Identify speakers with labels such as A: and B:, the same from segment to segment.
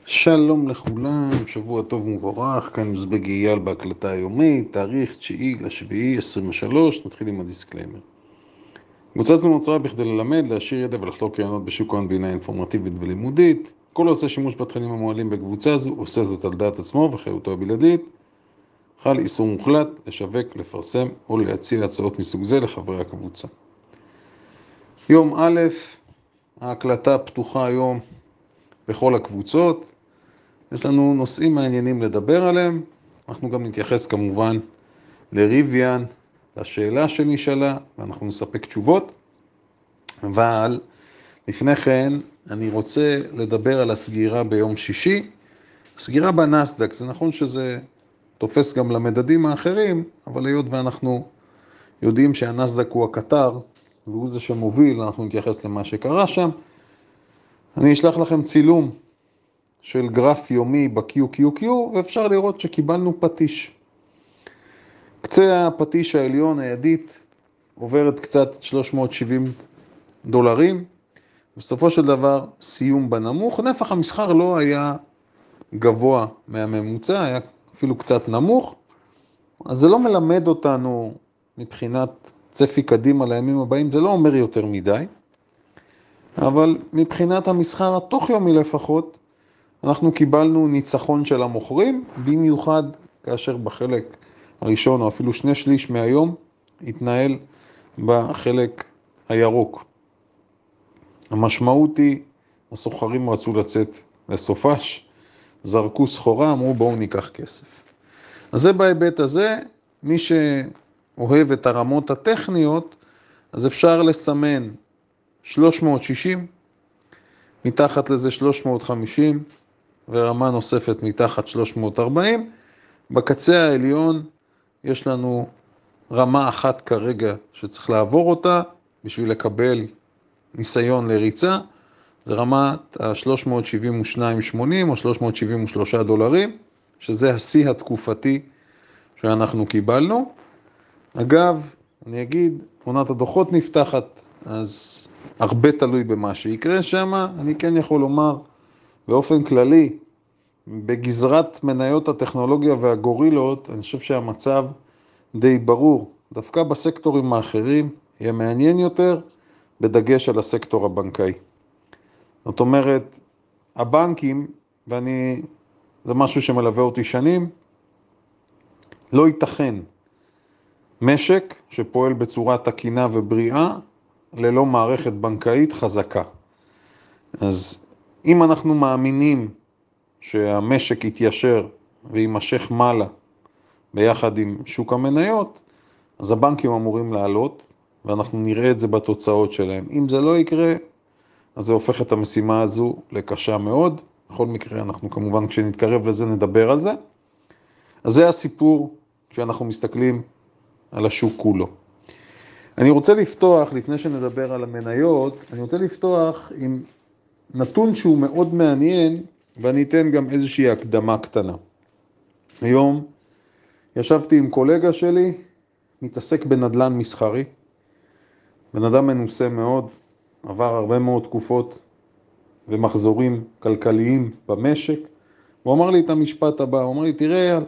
A: שלום לכולם, שבוע טוב ומבורך, כאן מזבג אייל בהקלטה היומית, תאריך 9/7/23, נתחיל עם הדיסקליימר. קבוצה זו נוצרה בכדי ללמד, להשאיר ידע ולחלוק קריינות בשוק ההון בינה אינפורמטיבית ולימודית. כל העושה שימוש בתכנים המועלים בקבוצה זו עושה זאת על דעת עצמו וחירותו הבלעדית. חל איסור מוחלט לשווק, לפרסם או להציע הצעות מסוג זה לחברי הקבוצה. יום א', ההקלטה פתוחה היום בכל הקבוצות. יש לנו נושאים מעניינים לדבר עליהם. אנחנו גם נתייחס כמובן לריביאן, לשאלה שנשאלה, ואנחנו נספק תשובות. אבל לפני כן אני רוצה לדבר על הסגירה ביום שישי. הסגירה בנסדק, זה נכון שזה תופס גם למדדים האחרים, אבל היות ואנחנו יודעים שהנסדק הוא הקטר, והוא זה שמוביל, אנחנו נתייחס למה שקרה שם. אני אשלח לכם צילום של גרף יומי ב-QQQ, ואפשר לראות שקיבלנו פטיש. קצה הפטיש העליון הידית עוברת קצת $370, בסופו של דבר סיום בנמוך. נפח המסחר לא היה גבוה מהממוצע, היה אפילו קצת נמוך, אז זה לא מלמד אותנו מבחינת צפי קדימה לימים הבאים, זה לא אומר יותר מדי, אבל מבחינת המסחר התוך יומי לפחות, אנחנו קיבלנו ניצחון של המוכרים, במיוחד כאשר בחלק הראשון או אפילו 2/3 מהיום התנהל בחלק הירוק. המשמעות היא, הסוחרים רצו לצאת לסופש, זרקו סחורה, אמרו בואו ניקח כסף. אז זה בהיבט הזה, מי שאוהב את הרמות הטכניות, אז אפשר לסמן 360, מתחת לזה 350, ורמה נוספת מתחת 340. בקצה העליון יש לנו רמה אחת כרגע שצריך לעבור אותה בשביל לקבל ניסיון לריצה. זה רמת ה-372.80 או $373, שזה השיא התקופתי שאנחנו קיבלנו. אגב, אני אגיד, עונת הדוחות נפתחת, אז הרבה תלוי במה שיקרה שם. אני כן יכול לומר, באופן כללי, בגזרת מניות הטכנולוגיה והגורילות, אני חושב שהמצב די ברור. דווקא בסקטורים האחרים יהיה מעניין יותר, בדגש על הסקטור הבנקאי. זאת אומרת, הבנקים, זה משהו שמלווה אותי שנים, לא ייתכן משק שפועל בצורה תקינה ובריאה, ללא מערכת בנקאית חזקה. אז אם אנחנו מאמינים שהמשק יתיישר וימשך מעלה ביחד עם שוק המניות, אז הבנקים אמורים לעלות, ואנחנו נראה את זה בתוצאות שלהם. אם זה לא יקרה, אז זה הופך את המשימה הזו לקשה מאוד. בכל מקרה, אנחנו כמובן כשנתקרב לזה נדבר על זה. אז זה הסיפור שאנחנו מסתכלים על השוק כולו. אני רוצה לפתוח, לפני שנדבר על המניות, אני רוצה לפתוח עם נתון שהוא מאוד מעניין, ואני אתן גם איזושהי הקדמה קטנה. היום ישבתי עם קולגה שלי, מתעסק בנדלן מסחרי, בן אדם מנוסה מאוד, עבר הרבה מאוד תקופות ומחזורים כלכליים במשק, הוא אמר לי את המשפט הבא, הוא אמר לי, תראה,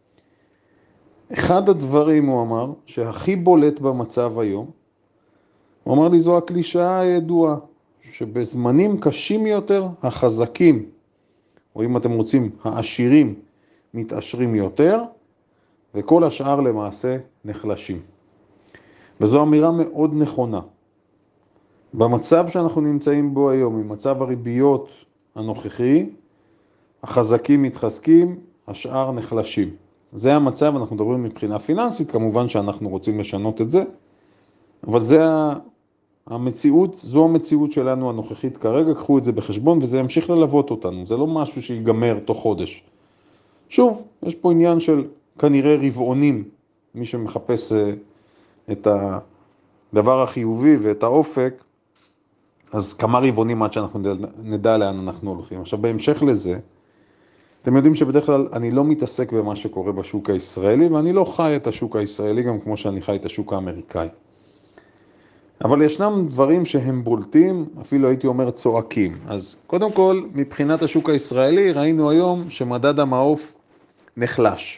A: אחד הדברים הוא אמר, שהכי בולט במצב היום, הוא אמר לי, זו הקלישאה הידועה, שבזמנים קשים יותר, החזקים, או אם אתם רוצים, העשירים, מתעשרים יותר, וכל השאר למעשה נחלשים. וזו אמירה מאוד נכונה. במצב שאנחנו נמצאים בו היום, עם מצב הריביות הנוכחי, החזקים מתחזקים, השאר נחלשים. זה המצב, אנחנו מדברים מבחינה פיננסית, כמובן שאנחנו רוצים לשנות את זה, אבל זה המציאות, זו המציאות שלנו הנוכחית כרגע, קחו את זה בחשבון וזה ימשיך ללוות אותנו, זה לא משהו שיגמר תוך חודש. שוב, יש פה עניין של כנראה רבעונים, מי שמחפש את הדבר החיובי ואת האופק, אז כמה רבעונים עד שאנחנו נדע לאן אנחנו הולכים. עכשיו בהמשך לזה, אתם יודעים שבדרך כלל אני לא מתעסק במה שקורה בשוק הישראלי, ואני לא חי את השוק הישראלי גם כמו שאני חי את השוק האמריקאי. אבל ישנם דברים שהם בולטים, אפילו הייתי אומר צועקים. אז קודם כל, מבחינת השוק הישראלי, ראינו היום שמדד המעוף נחלש.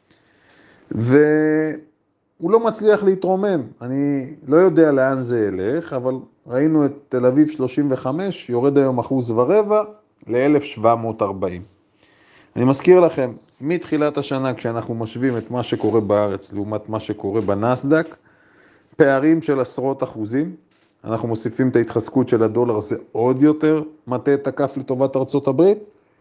A: והוא לא מצליח להתרומם. אני לא יודע לאן זה ילך, אבל ראינו את תל אביב 35, יורד היום 1.25% ל-1,740. אני מזכיר לכם, מתחילת השנה, כשאנחנו משווים את מה שקורה בארץ לעומת מה שקורה בנסדק, פערים של עשרות אחוזים, אנחנו מוסיפים את ההתחזקות של הדולר, זה עוד יותר מטה את הכף לטובת ארצות הברית,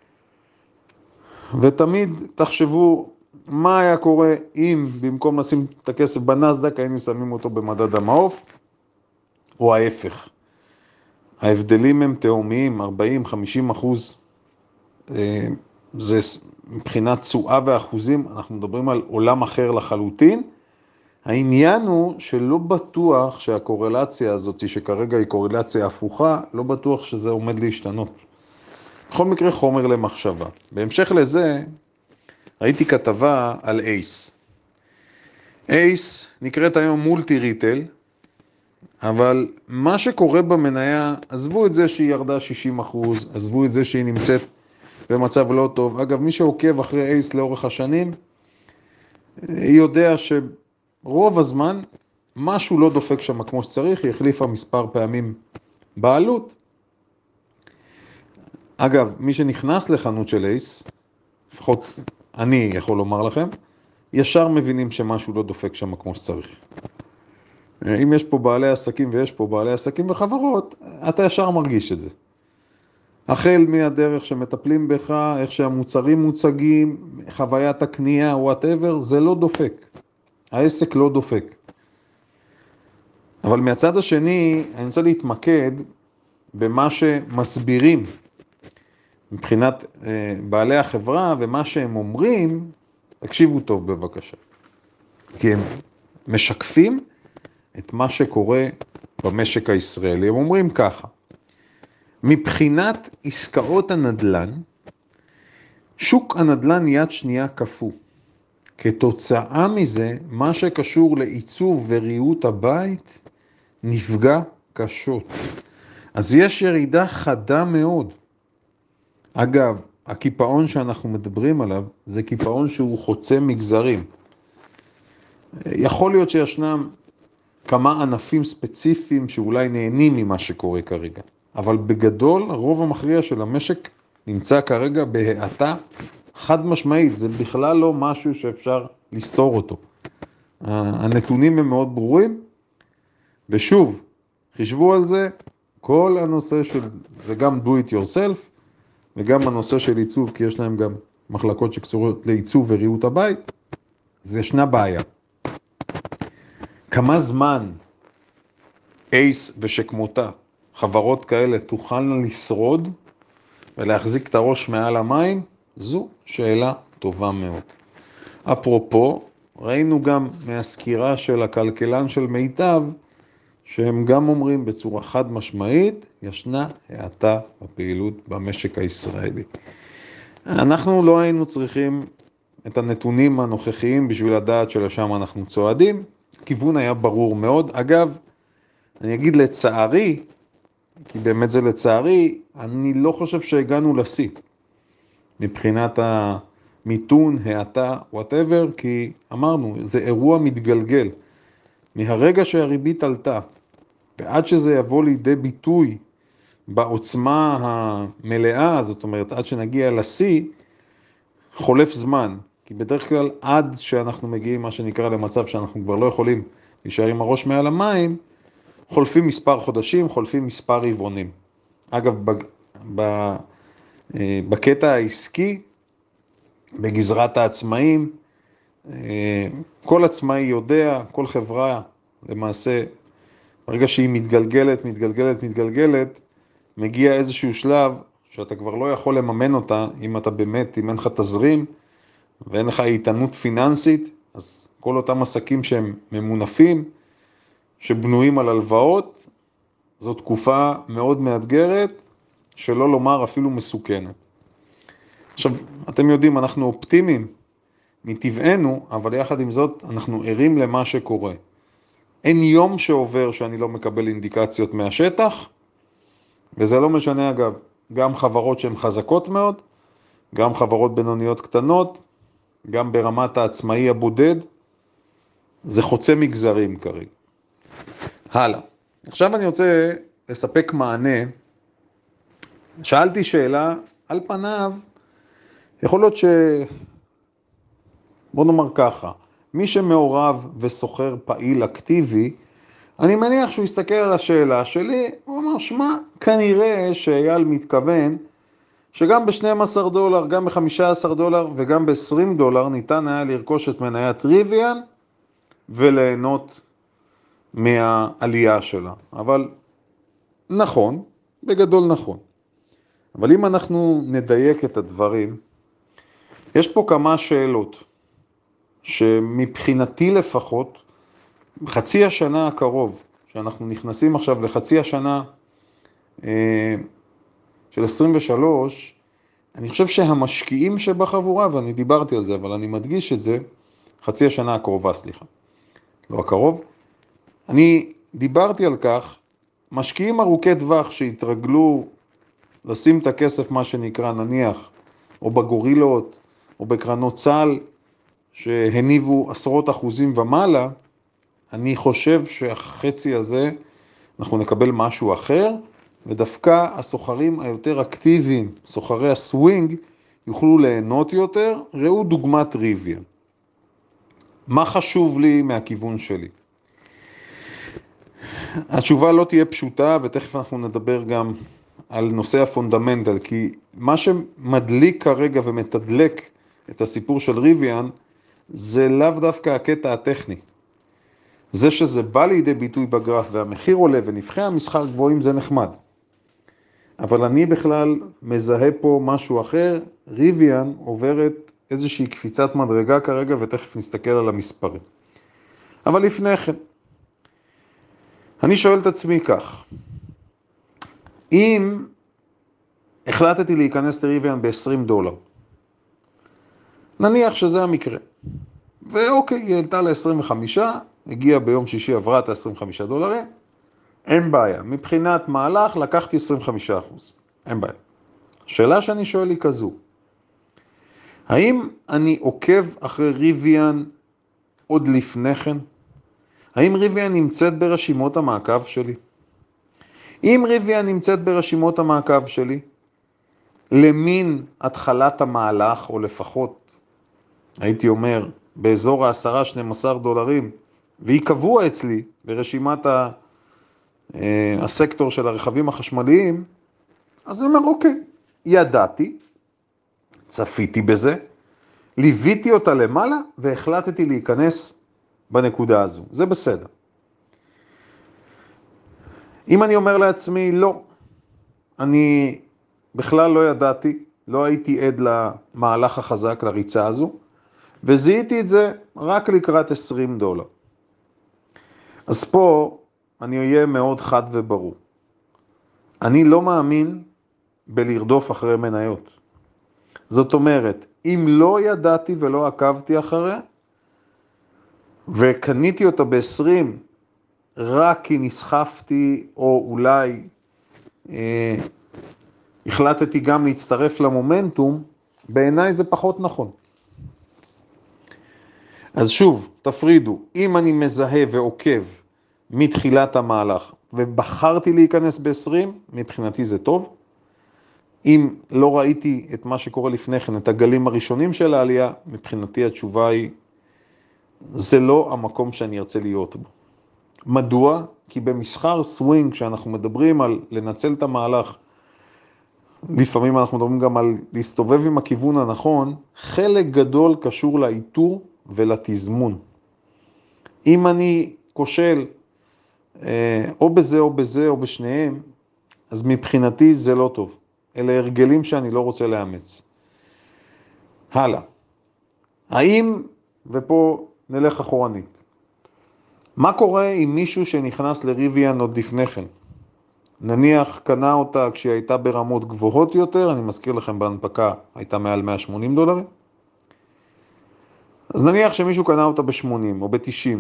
A: ותמיד תחשבו מה היה קורה אם במקום לשים את הכסף בנסדק, היינו שמים אותו במדד המעוף, או ההפך. ההבדלים הם תאומיים, 40-50%, זה מבחינת תשואה ואחוזים, אנחנו מדברים על עולם אחר לחלוטין. העניין הוא שלא בטוח שהקורלציה הזאת, שכרגע היא קורלציה הפוכה, לא בטוח שזה עומד להשתנות. בכל מקרה חומר למחשבה. בהמשך לזה, ראיתי כתבה על אייס. אייס נקראת היום מולטי ריטל, אבל מה שקורה במניה, עזבו את זה שהיא ירדה 60%, עזבו את זה שהיא נמצאת במצב לא טוב. אגב, מי שעוקב אחרי אייס לאורך השנים, יודע שרוב הזמן משהו לא דופק שם כמו שצריך, היא החליפה מספר פעמים בעלות. אגב, מי שנכנס לחנות של אייס, לפחות אני יכול לומר לכם, ישר מבינים שמשהו לא דופק שם כמו שצריך. אם יש פה בעלי עסקים ויש פה בעלי עסקים וחברות, אתה ישר מרגיש את זה. החל מהדרך שמטפלים בך, איך שהמוצרים מוצגים, חוויית הקנייה, whatever, זה לא דופק. העסק לא דופק. אבל מהצד השני, אני רוצה להתמקד במה שמסבירים מבחינת בעלי החברה, ומה שהם אומרים, תקשיבו טוב בבקשה. כי הם משקפים את מה שקורה במשק הישראלי. הם אומרים ככה, מבחינת עסקאות הנדל"ן, שוק הנדל"ן יד שנייה קפוא. כתוצאה מזה, מה שקשור לעיצוב וריהוט הבית נפגע קשות. אז יש ירידה חדה מאוד. אגב, הקיפאון שאנחנו מדברים עליו, זה קיפאון שהוא חוצה מגזרים. יכול להיות שישנם כמה ענפים ספציפיים שאולי נהנים ממה שקורה כרגע. אבל בגדול, הרוב המכריע של המשק נמצא כרגע בהאטה חד משמעית. זה בכלל לא משהו שאפשר לסתור אותו. הנתונים הם מאוד ברורים, ושוב, חישבו על זה, כל הנושא של, זה גם do it yourself, וגם הנושא של עיצוב, כי יש להם גם מחלקות שקשורות לעיצוב וריהוט הבית, זה ישנה בעיה. כמה זמן אייס ושכמותה, חברות כאלה תוכלנה לשרוד ולהחזיק את הראש מעל המים? זו שאלה טובה מאוד. אפרופו, ראינו גם מהסקירה של הכלכלן של מיטב, שהם גם אומרים בצורה חד משמעית, ישנה האטה בפעילות במשק הישראלי. אנחנו לא היינו צריכים את הנתונים הנוכחיים בשביל לדעת שלשם אנחנו צועדים. הכיוון היה ברור מאוד. אגב, אני אגיד לצערי, כי באמת זה לצערי, אני לא חושב שהגענו לשיא. מבחינת המיתון, האטה, whatever, כי אמרנו, זה אירוע מתגלגל. מהרגע שהריבית עלתה, ועד שזה יבוא לידי ביטוי בעוצמה המלאה, זאת אומרת, עד שנגיע לשיא, חולף זמן. כי בדרך כלל עד שאנחנו מגיעים מה שנקרא למצב שאנחנו כבר לא יכולים להישאר עם הראש מעל המים, חולפים מספר חודשים, חולפים מספר רבעונים. אגב, בקטע העסקי, בגזרת העצמאים, כל עצמאי יודע, כל חברה למעשה, ברגע שהיא מתגלגלת, מגיע איזשהו שלב שאתה כבר לא יכול לממן אותה, אם אתה באמת, אם אין לך תזרים, ואין לך איתנות פיננסית, אז כל אותם עסקים שהם ממונפים, שבנויים על הלוואות, זו תקופה מאוד מאתגרת, שלא לומר אפילו מסוכנת. עכשיו, אתם יודעים, אנחנו אופטימיים מטבענו, אבל יחד עם זאת, אנחנו ערים למה שקורה. אין יום שעובר שאני לא מקבל אינדיקציות מהשטח, וזה לא משנה אגב, גם חברות שהן חזקות מאוד, גם חברות בינוניות קטנות, גם ברמת העצמאי הבודד, זה חוצה מגזרים כרגע. הלאה. עכשיו אני רוצה לספק מענה. שאלתי שאלה, על פניו, יכול להיות בוא נאמר ככה, מי שמעורב וסוחר פעיל אקטיבי, אני מניח שהוא יסתכל על השאלה שלי, הוא אומר, שמה, כנראה שאייל מתכוון שגם ב-12 דולר, גם ב-15 דולר וגם ב-20 דולר ניתן היה לרכוש את מניית ריוויאן וליהנות מהעלייה שלה. אבל נכון, בגדול נכון. אבל אם אנחנו נדייק את הדברים, יש פה כמה שאלות שמבחינתי לפחות, חצי השנה הקרוב, שאנחנו נכנסים עכשיו לחצי השנה של 23, אני חושב שהמשקיעים שבחבורה, ואני דיברתי על זה, אבל אני מדגיש את זה, חצי השנה הקרובה, סליחה, לא הקרוב, אני דיברתי על כך, משקיעים ארוכי טווח שהתרגלו לשים את הכסף, מה שנקרא נניח, או בגורילות, או בקרנות צה"ל, שהניבו עשרות אחוזים ומעלה, אני חושב שהחצי הזה אנחנו נקבל משהו אחר, ודווקא הסוחרים היותר אקטיביים, סוחרי הסווינג, יוכלו ליהנות יותר. ראו דוגמת ריוויאן. מה חשוב לי מהכיוון שלי? התשובה לא תהיה פשוטה, ותכף אנחנו נדבר גם על נושא הפונדמנטל, כי מה שמדליק כרגע ומתדלק את הסיפור של ריוויאן, זה לאו דווקא הקטע הטכני. זה שזה בא לידי ביטוי בגרף והמחיר עולה ונבחי המסחר גבוהים, זה נחמד. אבל אני בכלל מזהה פה משהו אחר. ריוויאן עוברת איזושהי קפיצת מדרגה כרגע, ותכף נסתכל על המספרים. אבל לפני כן, אני שואל את עצמי כך, אם החלטתי להיכנס לריוויאן ב-$20, נניח שזה המקרה, ואוקיי, היא העלתה ל-25, הגיעה ביום שישי, עברה את ה-$25, אין בעיה. מבחינת מהלך לקחתי 25%, אין בעיה. השאלה שאני שואל היא כזו, האם אני עוקב אחרי ריוויאן עוד לפני כן? האם ריוויאן נמצאת ברשימות המעקב שלי? אם ריוויאן נמצאת ברשימות המעקב שלי, למין התחלת המהלך, או לפחות, הייתי אומר, באזור $10-12, והיא קבוע אצלי ברשימת הסקטור של הרכבים החשמליים, אז אני אומר, אוקיי, ידעתי, צפיתי בזה, ליוויתי אותה למעלה, והחלטתי להיכנס בנקודה הזו. זה בסדר. אם אני אומר לעצמי, לא, אני בכלל לא ידעתי, לא הייתי עד למהלך החזק, לריצה הזו, וזיהיתי את זה רק לקראת $20. אז פה אני אהיה מאוד חד וברור. אני לא מאמין בלרדוף אחרי מניות. זאת אומרת, אם לא ידעתי ולא עקבתי אחריה, וקניתי אותה ב-20, רק כי נסחפתי, או אולי החלטתי גם להצטרף למומנטום, בעיניי זה פחות נכון. אז שוב, תפרידו, אם אני מזהה ועוקב מתחילת המהלך, ובחרתי להיכנס ב-20, מבחינתי זה טוב. אם לא ראיתי את מה שקורה לפני כן, את הגלים הראשונים של העלייה, מבחינתי התשובה היא, זה לא המקום שאני ארצה להיות בו. מדוע? כי במסחר סווינג, כשאנחנו מדברים על לנצל את המהלך, לפעמים אנחנו מדברים גם על להסתובב עם הכיוון הנכון, חלק גדול קשור לאיתור ולתזמון. אם אני כושל, או בזה או בזה או בשניהם, אז מבחינתי זה לא טוב. אלה הרגלים שאני לא רוצה לאמץ. הלאה. האם, ופה נלך אחורנית, מה קורה עם מישהו שנכנס לריוויאן עוד לפני כן? נניח קנה אותה כשהיא הייתה ברמות גבוהות יותר, אני מזכיר לכם בהנפקה, הייתה מעל $180. אז נניח שמישהו קנה אותה ב-80 או ב-90,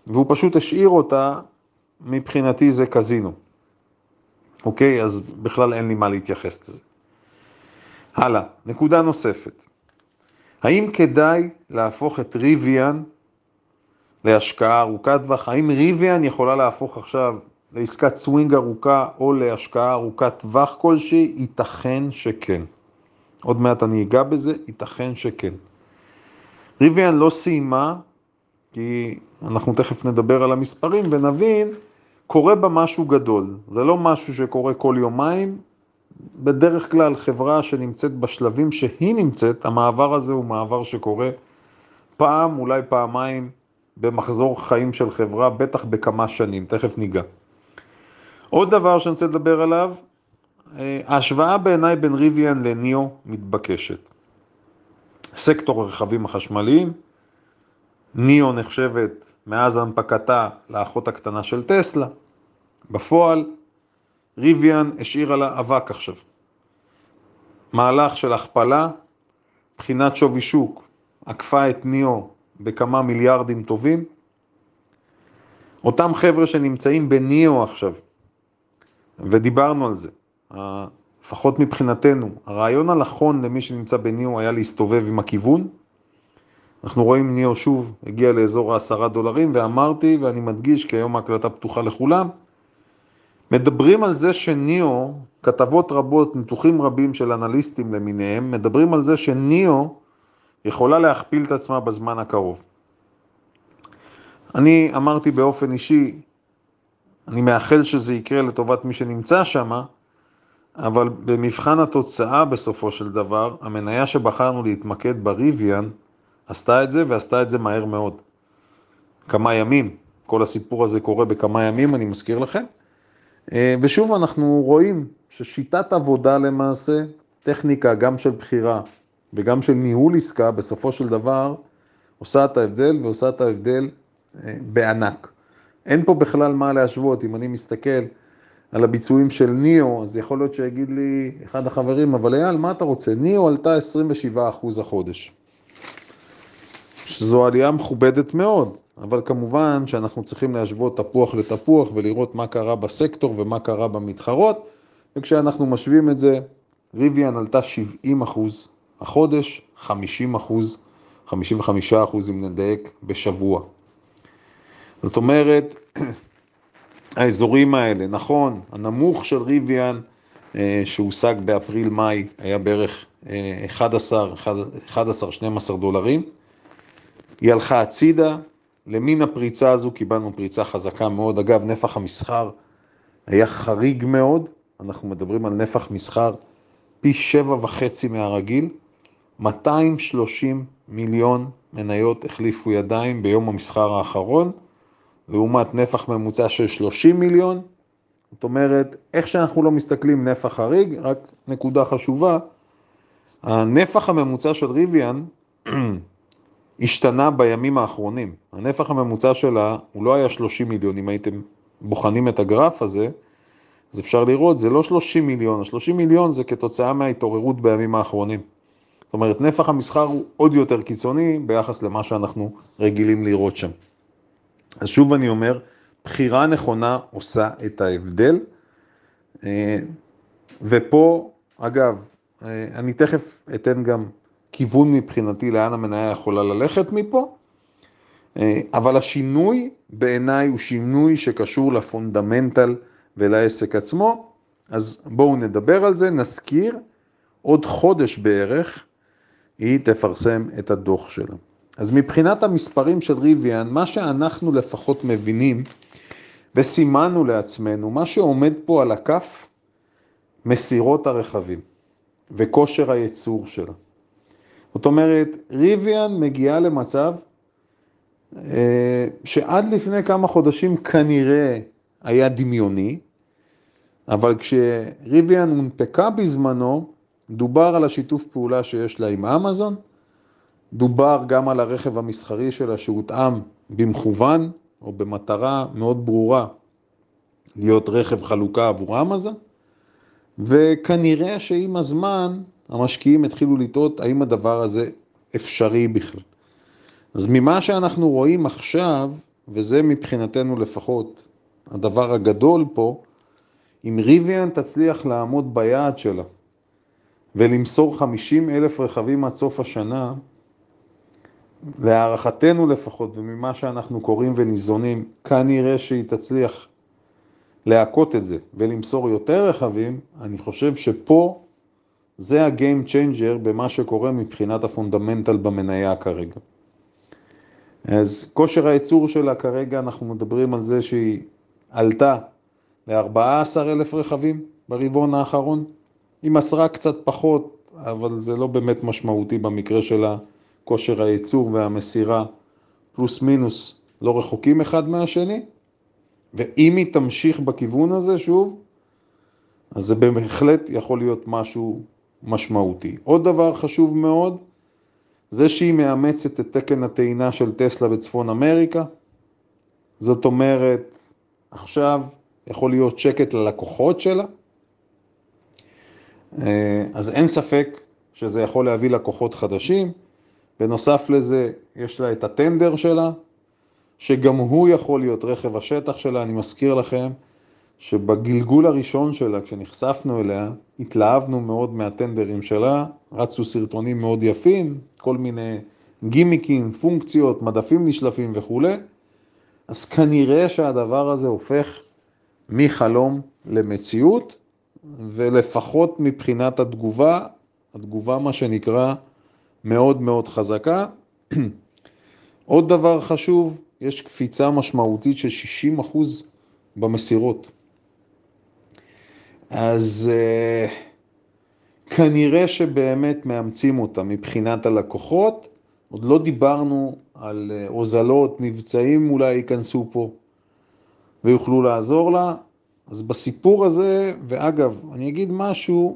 A: והוא פשוט השאיר אותה, מבחינתי זה קזינו. אוקיי, אז בכלל אין לי מה להתייחס לזה. הלאה, נקודה נוספת. האם כדאי להפוך את ריוויאן להשקעה ארוכת טווח? האם ריוויאן יכולה להפוך עכשיו לעסקת סווינג ארוכה או להשקעה ארוכת טווח כלשהי? ייתכן שכן. עוד מעט אני אגע בזה, ייתכן שכן. ריוויאן לא סיימה, כי אנחנו תכף נדבר על המספרים ונבין, קורה בה משהו גדול. זה לא משהו שקורה כל יומיים. בדרך כלל חברה שנמצאת בשלבים שהיא נמצאת, המעבר הזה הוא מעבר שקורה פעם, אולי פעמיים, במחזור חיים של חברה, בטח בכמה שנים, תכף ניגע. עוד דבר שאני רוצה לדבר עליו, ההשוואה בעיניי בין ריוויאן לניאו מתבקשת. סקטור הרכבים החשמליים, ניאו נחשבת מאז הנפקתה לאחות הקטנה של טסלה. בפועל, ריוויאן השאירה לה אבק עכשיו. מהלך של הכפלה, בחינת שווי שוק, עקפה את ניאו בכמה מיליארדים טובים. אותם חבר'ה שנמצאים בניאו עכשיו, ודיברנו על זה, לפחות מבחינתנו, הרעיון הנכון למי שנמצא בניאו היה להסתובב עם הכיוון. אנחנו רואים ניאו שוב הגיע לאזור $10, ואמרתי ואני מדגיש כי היום ההקלטה פתוחה לכולם, מדברים על זה שניאו, כתבות רבות, ניתוחים רבים של אנליסטים למיניהם, מדברים על זה שניאו יכולה להכפיל את עצמה בזמן הקרוב. אני אמרתי באופן אישי, אני מאחל שזה יקרה לטובת מי שנמצא שם, אבל במבחן התוצאה בסופו של דבר, המניה שבחרנו להתמקד בריוויאן, עשתה את זה ועשתה את זה מהר מאוד. כמה ימים, כל הסיפור הזה קורה בכמה ימים, אני מזכיר לכם. ושוב אנחנו רואים ששיטת עבודה למעשה, טכניקה גם של בחירה וגם של ניהול עסקה, בסופו של דבר עושה את ההבדל ועושה את ההבדל בענק. אין פה בכלל מה להשוות. אם אני מסתכל על הביצועים של ניאו, אז יכול להיות שיגיד לי אחד החברים, אבל אייל, מה אתה רוצה? ניאו עלתה 27% החודש. שזו עלייה מכובדת מאוד, אבל כמובן שאנחנו צריכים להשוות תפוח לתפוח ולראות מה קרה בסקטור ומה קרה במתחרות, וכשאנחנו משווים את זה, ריוויאן עלתה 70% החודש, 50%, 55% אם נדייק בשבוע. זאת אומרת, האזורים האלה, נכון, הנמוך של ריוויאן שהושג באפריל-מאי היה בערך 11-12 דולרים, היא הלכה הצידה, למין הפריצה הזו קיבלנו פריצה חזקה מאוד. אגב, נפח המסחר היה חריג מאוד, אנחנו מדברים על נפח מסחר פי 7.5 מהרגיל, 230 מיליון מניות החליפו ידיים ביום המסחר האחרון, לעומת נפח ממוצע של 30 מיליון, זאת אומרת, איך שאנחנו לא מסתכלים נפח חריג, רק נקודה חשובה, הנפח הממוצע של ריוויאן השתנה בימים האחרונים. הנפח הממוצע שלה הוא לא היה 30 מיליון, אם הייתם בוחנים את הגרף הזה, אז אפשר לראות, זה לא 30 מיליון, ה-30 מיליון זה כתוצאה מההתעוררות בימים האחרונים. זאת אומרת, נפח המסחר הוא עוד יותר קיצוני ביחס למה שאנחנו רגילים לראות שם. אז שוב אני אומר, בחירה נכונה עושה את ההבדל, ופה, אגב, אני תכף אתן גם כיוון מבחינתי לאן המניה יכולה ללכת מפה, אבל השינוי בעיניי הוא שינוי שקשור לפונדמנטל ולעסק עצמו, אז בואו נדבר על זה, נזכיר, עוד חודש בערך היא תפרסם את הדוח שלה. אז מבחינת המספרים של ריוויאן, מה שאנחנו לפחות מבינים וסימנו לעצמנו, מה שעומד פה על הכף, מסירות הרכבים וכושר הייצור שלה. זאת אומרת, ריוויאן מגיעה למצב שעד לפני כמה חודשים כנראה היה דמיוני, אבל כשריוויאן הונפקה בזמנו, דובר על השיתוף פעולה שיש לה עם אמזון, דובר גם על הרכב המסחרי שלה שהותאם במכוון או במטרה מאוד ברורה להיות רכב חלוקה עבור אמזון, וכנראה שעם הזמן המשקיעים התחילו לטעות האם הדבר הזה אפשרי בכלל. אז ממה שאנחנו רואים עכשיו, וזה מבחינתנו לפחות הדבר הגדול פה, אם ריוויאן תצליח לעמוד ביעד שלה, ולמסור 50,000 רכבים עד סוף השנה, להערכתנו לפחות, וממה שאנחנו קוראים וניזונים, כנראה שהיא תצליח להכות את זה, ולמסור יותר רכבים. אני חושב שפה זה הגיים צ'יינג'ר במה שקורה מבחינת הפונדמנטל במניה כרגע. אז כושר הייצור שלה כרגע, אנחנו מדברים על זה שהיא עלתה ל-14,000 רכבים ברבעון האחרון. היא מסרה קצת פחות, אבל זה לא באמת משמעותי במקרה שלה. כושר הייצור והמסירה פלוס מינוס לא רחוקים אחד מהשני. ואם היא תמשיך בכיוון הזה שוב, אז זה בהחלט יכול להיות משהו משמעותי. עוד דבר חשוב מאוד, זה שהיא מאמצת את תקן הטעינה של טסלה בצפון אמריקה. זאת אומרת, עכשיו יכול להיות שקט ללקוחות שלה. אז אין ספק שזה יכול להביא לקוחות חדשים. בנוסף לזה, יש לה את הטנדר שלה, שגם הוא יכול להיות רכב השטח שלה. אני מזכיר לכם שבגלגול הראשון שלה, כשנחשפנו אליה, התלהבנו מאוד מהטנדרים שלה, רצו סרטונים מאוד יפים, כל מיני גימיקים, פונקציות, מדפים נשלפים וכו'. אז כנראה שהדבר הזה הופך מחלום למציאות, ולפחות מבחינת התגובה מה שנקרא מאוד מאוד חזקה. עוד דבר חשוב, יש קפיצה משמעותית של 60% במסירות. אז כנראה שבאמת מאמצים אותה מבחינת הלקוחות. עוד לא דיברנו על הוזלות, מבצעים אולי ייכנסו פה ויוכלו לעזור לה. אז בסיפור הזה, ואגב, אני אגיד משהו,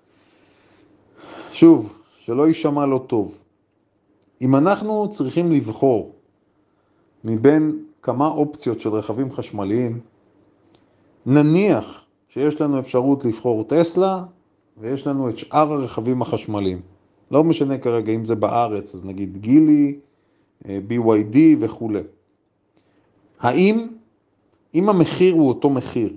A: שוב, שלא יישמע לא טוב. אם אנחנו צריכים לבחור מבין כמה אופציות של רכבים חשמליים, נניח שיש לנו אפשרות לבחור טסלה, ויש לנו את שאר הרכבים החשמליים. לא משנה כרגע אם זה בארץ, אז נגיד גילי, BYD וכו'. אם המחיר הוא אותו מחיר,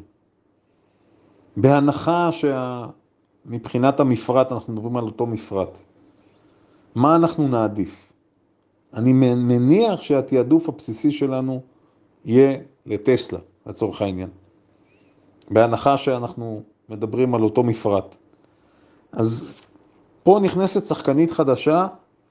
A: בהנחה שמבחינת המפרט, אנחנו מדברים על אותו מפרט, מה אנחנו נעדיף? אני מניח שהתיעדוף הבסיסי שלנו יהיה לטסלה, לצורך העניין. בהנחה שאנחנו מדברים על אותו מפרט. אז פה נכנסת שחקנית חדשה,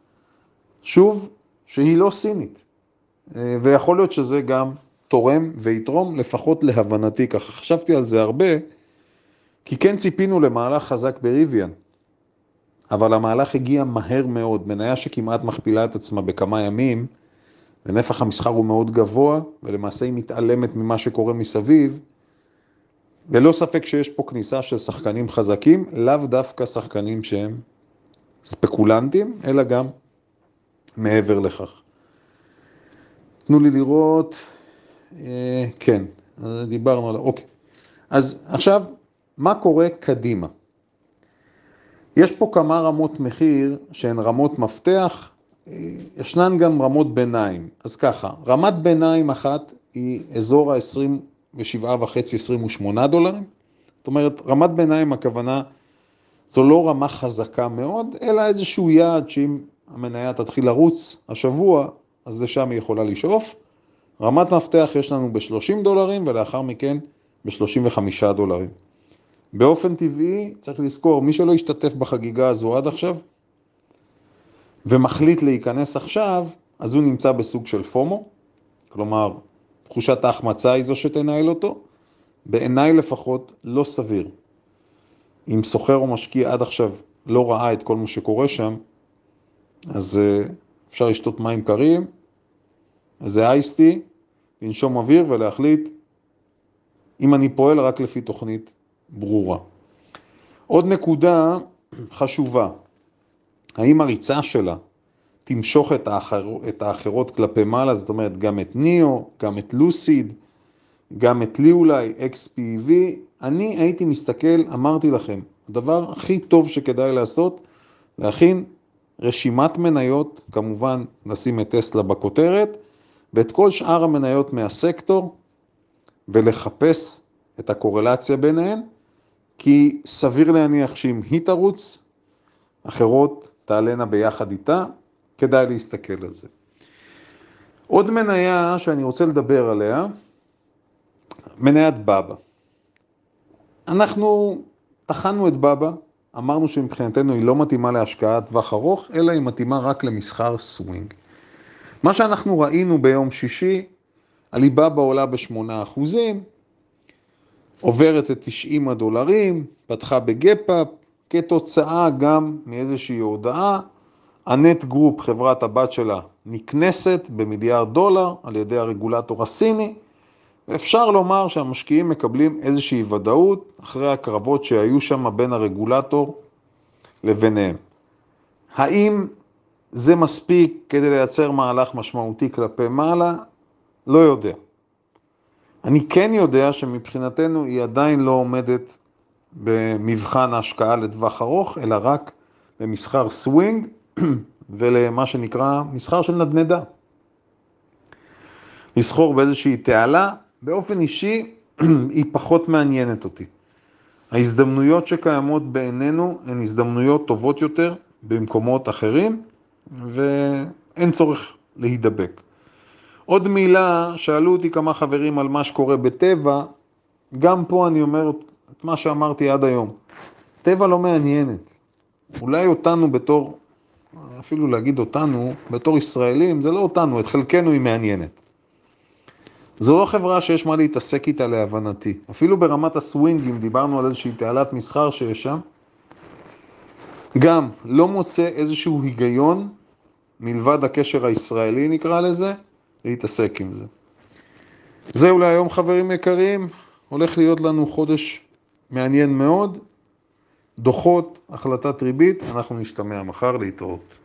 A: שוב, שהיא לא סינית. ויכול להיות שזה גם תורם ויתרום, לפחות להבנתי. ככה חשבתי על זה הרבה, כי כן ציפינו למהלך חזק בריוויאן. אבל המהלך הגיע מהר מאוד, מניה שכמעט מכפילה את עצמה בכמה ימים, ונפח המסחר הוא מאוד גבוה, ולמעשה היא מתעלמת ממה שקורה מסביב. ללא ספק שיש פה כניסה של שחקנים חזקים, לאו דווקא שחקנים שהם ספקולנטים, אלא גם מעבר לכך. תנו לי לראות, כן, דיברנו על, אוקיי. אז עכשיו, מה קורה קדימה? יש פה כמה רמות מחיר שהן רמות מפתח, ישנן גם רמות ביניים. אז ככה, רמת ביניים אחת היא אזור ה-27.5-28 דולרים. זאת אומרת, רמת ביניים הכוונה, זו לא רמה חזקה מאוד, אלא איזשהו יעד שאם המניה תתחיל לרוץ השבוע, אז לשם היא יכולה לשאוף. רמת מפתח יש לנו ב-30 דולרים, ולאחר מכן ב-35 דולרים. באופן טבעי, צריך לזכור, מי שלא ישתתף בחגיגה הזו עד עכשיו, ומחליט להיכנס עכשיו, אז הוא נמצא בסוג של פומו, כלומר, תחושת ההחמצה היא זו שתנהל אותו, בעיניי לפחות לא סביר. אם סוחר או משקיע עד עכשיו לא ראה את כל מה שקורה שם, אז אפשר לשתות מים קרים, אז זה אייסטי, לנשום אוויר ולהחליט אם אני פועל רק לפי תוכנית ברורה. עוד נקודה חשובה, האם הריצה שלה תמשוך את האחרות כלפי מעלה, זאת אומרת גם את ניאו, גם את לוסיד, גם את לי אולי, XPV, אני הייתי מסתכל, אמרתי לכם, הדבר הכי טוב שכדאי לעשות, להכין רשימת מניות, כמובן נשים את טסלה בכותרת, ואת כל שאר המניות מהסקטור, ולחפש את הקורלציה ביניהן, כי סביר להניח שאם היא תרוץ, אחרות תעלנה ביחד איתה, כדאי להסתכל על זה. עוד מניה שאני רוצה לדבר עליה, מניית בבא. אנחנו תחנו את בבא, אמרנו שמבחינתנו היא לא מתאימה להשקעת טווח ארוך, אלא היא מתאימה רק למסחר סווינג. מה שאנחנו ראינו ביום שישי, עליבאבא עולה ב8%, עוברת את $90, פתחה בגפאפ, כתוצאה גם מאיזושהי הודעה, הנט גרופ, חברת הבת שלה, נקנסת ב$1 על ידי הרגולטור הסיני, ואפשר לומר שהמשקיעים מקבלים איזושהי ודאות אחרי הקרבות שהיו שם בין הרגולטור לביניהם. האם זה מספיק כדי לייצר מהלך משמעותי כלפי מעלה? לא יודע. אני כן יודע שמבחינתנו היא עדיין לא עומדת במבחן ההשקעה לטווח ארוך, אלא רק במסחר סווינג ולמה שנקרא מסחר של נדנדה. לסחור באיזושהי תעלה, באופן אישי היא פחות מעניינת אותי. ההזדמנויות שקיימות בעינינו הן הזדמנויות טובות יותר במקומות אחרים, ואין צורך להידבק. עוד מילה, שאלו אותי כמה חברים על מה שקורה בטבע, גם פה אני אומר את מה שאמרתי עד היום. טבע לא מעניינת. אולי אותנו בתור, אפילו להגיד אותנו, בתור ישראלים, זה לא אותנו, את חלקנו היא מעניינת. זו לא חברה שיש מה להתעסק איתה להבנתי. אפילו ברמת הסווינגים, דיברנו על איזושהי תעלת מסחר שיש שם, גם לא מוצא איזשהו היגיון, מלבד הקשר הישראלי נקרא לזה, להתעסק עם זה. זהו להיום חברים יקרים, הולך להיות לנו חודש מעניין מאוד, דוחות, החלטת ריבית, אנחנו נשתמע מחר להתראות.